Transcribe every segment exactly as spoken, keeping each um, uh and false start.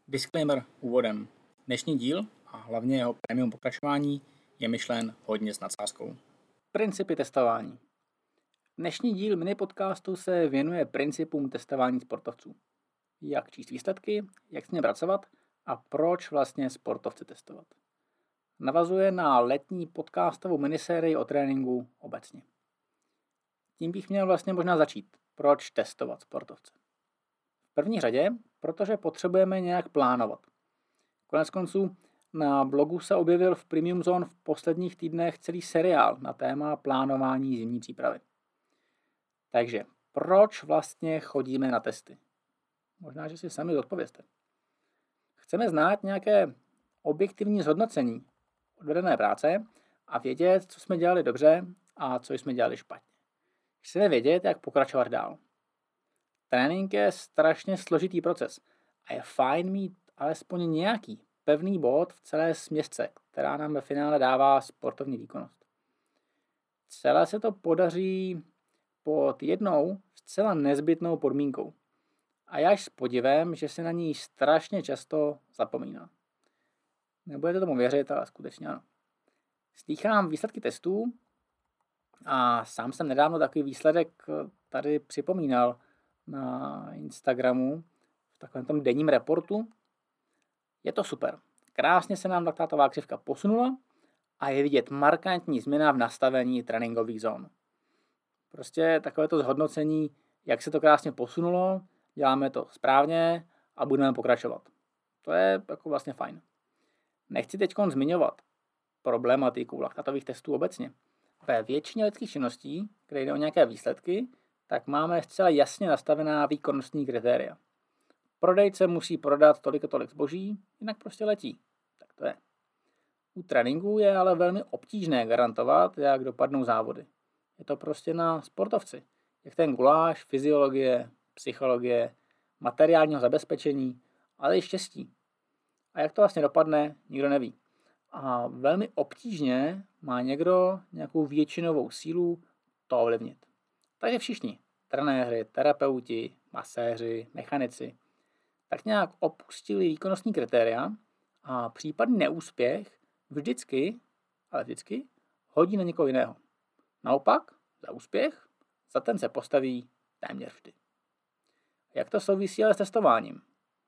Disclaimer úvodem. Dnešní díl a hlavně jeho premium pokračování je myšlen hodně s nadsázkou. Principy testování. Dnešní díl mini podcastu se věnuje principům testování sportovců. Jak číst výsledky, jak s ním pracovat a proč vlastně sportovce testovat. Navazuje na letní podcastovou minisérii o tréninku obecně. Tím bych měl vlastně možná začít. Proč testovat sportovce? V první řadě, protože potřebujeme nějak plánovat. Konec konců na blogu se objevil v Premium Zone v posledních týdnech celý seriál na téma plánování zimní přípravy. Takže proč vlastně chodíme na testy? Možná, že si sami odpověste. Chceme znát nějaké objektivní zhodnocení odvedené práce a vědět, co jsme dělali dobře a co jsme dělali špatně. Chceme vědět, jak pokračovat dál. Trénink je strašně složitý proces a je fajn mít alespoň nějaký pevný bod v celé směsce, která nám ve finále dává sportovní výkonnost. Celé se to podaří pod jednou zcela nezbytnou podmínkou. A já až s podivem, že se na ní strašně často zapomíná. Nebudete tomu věřit, ale skutečně ano. Slýchám výsledky testů a sám jsem nedávno takový výsledek tady připomínal na Instagramu v takovém tom denním reportu. Je to super. Krásně se nám laktátová křivka posunula a je vidět markantní změna v nastavení tréninkových zón. Prostě takové to zhodnocení, jak se to krásně posunulo, děláme to správně a budeme pokračovat. To je jako vlastně fajn. Nechci teď zmiňovat problematiku laktátových testů obecně. Ve většině lidských činností, kde jde o nějaké výsledky, tak máme zcela jasně nastavená výkonnostní kritéria. Prodejce musí prodat tolik a tolik zboží, jinak prostě letí. Tak to je. U tréninku je ale velmi obtížné garantovat, jak dopadnou závody. Je to prostě na sportovci. Jak ten guláš, fyziologie, psychologie, materiálního zabezpečení, ale i štěstí. A jak to vlastně dopadne, nikdo neví. A velmi obtížně má někdo nějakou většinovou sílu to ovlivnit. Takže všichni, trenéři, terapeuti, maséři, mechanici, tak nějak opustili výkonnostní kritéria a případný neúspěch vždycky, ale vždycky, hodí na někoho jiného. Naopak, za úspěch, za ten se postaví téměř vždy. Jak to souvisí ale s testováním?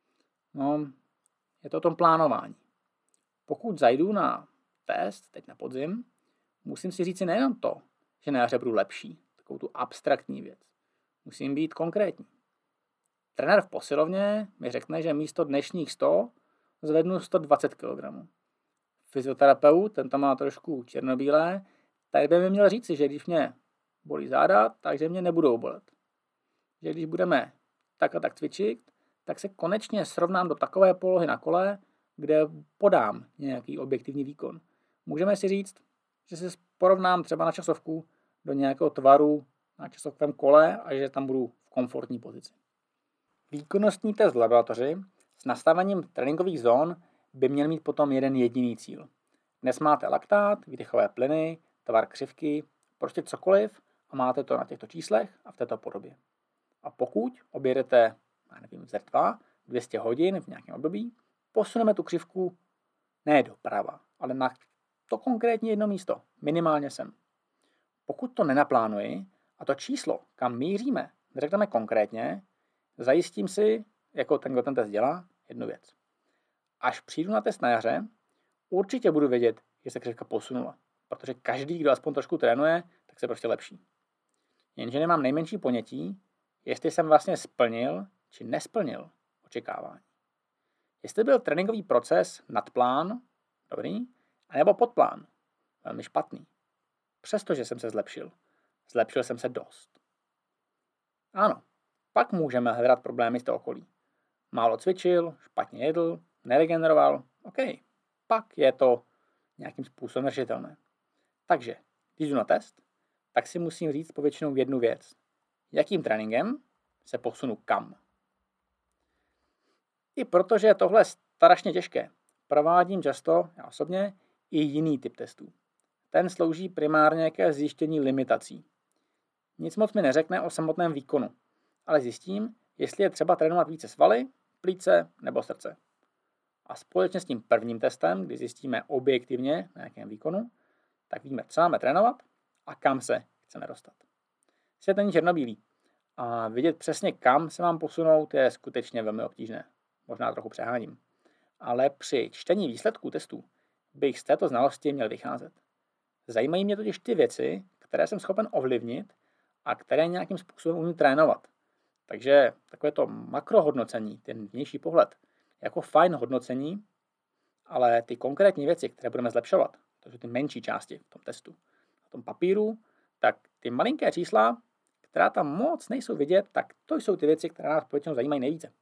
No, je to o tom plánování. Pokud zajdu na test, teď na podzim, musím si říci nejenom to, že na jaře budu lepší, takovou tu abstraktní věc. Musím být konkrétní. Trenér v posilovně mi řekne, že místo dnešních sto zvednu sto dvacet kilogramů. Fyzioterapeut, ten to má trošku černobílé, tak by mi měl říci, že když mě bolí záda, takže mě nebudou bolet. Že když budeme tak a tak cvičit, tak se konečně srovnám do takové polohy na kole, kde podám nějaký objektivní výkon. Můžeme si říct, že se porovnám třeba na časovku do nějakého tvaru na časovém kole a že tam budu v komfortní pozici. Výkonnostní test v laboratoři s nastavením tréninkových zón by měl mít potom jeden jediný cíl. Dnes máte laktát, výdechové plyny, tvar křivky, prostě cokoliv a máte to na těchto číslech a v této podobě. A pokud objedete, já nevím, zet dva, dvě stě hodin v nějakém období, posuneme tu křivku ne doprava, ale na to konkrétně jedno místo, minimálně sem. Pokud to nenaplánuji a to číslo, kam míříme, neřekneme konkrétně, zajistím si, jako ten, kdo ten test dělá, jednu věc. Až přijdu na test na jaře, určitě budu vědět, že se křivka posunula, protože každý, kdo aspoň trošku trénuje, tak se prostě lepší. Jenže nemám nejmenší ponětí, jestli jsem vlastně splnil či nesplnil očekávání. Jestli byl tréninkový proces nad plán, dobrý, anebo pod plán, velmi špatný. Přestože jsem se zlepšil. Zlepšil jsem se dost. Ano, pak můžeme hledat problémy z toho okolí. Málo cvičil, špatně jedl, neregeneroval, OK. Pak je to nějakým způsobem řešitelné. Takže, když jdu na test, tak si musím říct povětšinou jednu věc. Jakým tréninkem se posunu kam? I protože je tohle strašně těžké, provádím často, já osobně, i jiný typ testů. Ten slouží primárně ke zjištění limitací. Nic moc mi neřekne o samotném výkonu, ale zjistím, jestli je třeba trénovat více svaly, plíce nebo srdce. A společně s tím prvním testem, kdy zjistíme objektivně na jakém výkonu, tak víme, co máme trénovat a kam se chceme dostat. Svět není černobílý a vidět přesně, kam se mám posunout, je skutečně velmi obtížné. Možná trochu přeháním. Ale při čtení výsledků testů bych z této znalosti měl vycházet. Zajímají mě totiž ty věci, které jsem schopen ovlivnit a které nějakým způsobem umím trénovat. Takže takové to makrohodnocení, ten vnější pohled, jako fajn hodnocení, ale ty konkrétní věci, které budeme zlepšovat, to jsou ty menší části v tom testu, na tom papíru, tak ty malinké čísla, která tam moc nejsou vidět, tak to jsou ty věci, které nás většinou zajímají nejvíce.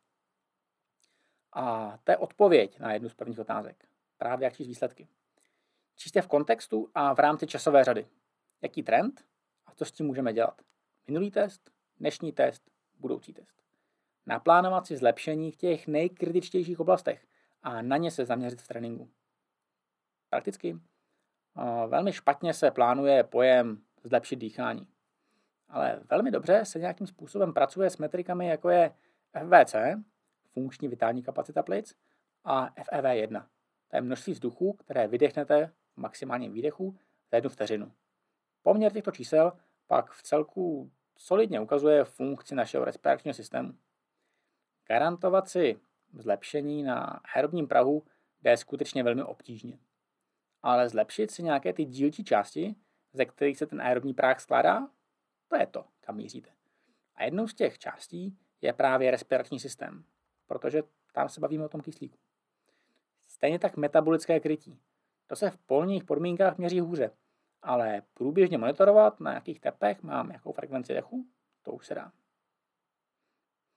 A to je odpověď na jednu z prvních otázek. Právě jak číst výsledky. Čistě v kontextu a v rámci časové řady. Jaký trend a co s tím můžeme dělat? Minulý test, dnešní test, budoucí test. Naplánovat si zlepšení v těch nejkritičtějších oblastech a na ně se zaměřit v tréninku. Prakticky velmi špatně se plánuje pojem zlepšit dýchání. Ale velmi dobře se nějakým způsobem pracuje s metrikami, jako je F V C, funkční vitální kapacita plic, a F E V jedna. To je množství vzduchu, které vydechnete v maximálním výdechu za jednu vteřinu. Poměr těchto čísel pak v celku solidně ukazuje funkci našeho respiračního systému. Garantovat si zlepšení na aerobním prahu jde skutečně velmi obtížně. Ale zlepšit si nějaké ty dílčí části, ze kterých se ten aerobní práh skládá, to je to, kam míříte. A jednou z těch částí je právě respirační systém, protože tam se bavíme o tom kyslíku. Stejně tak metabolické krytí. To se v polních podmínkách měří hůře, ale průběžně monitorovat, na jakých tepech mám jakou frekvenci dechu, to už se dá.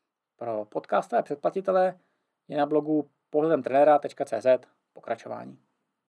Pro podcastové předplatitele je na blogu pohledem trenéra tečka cé zet pokračování.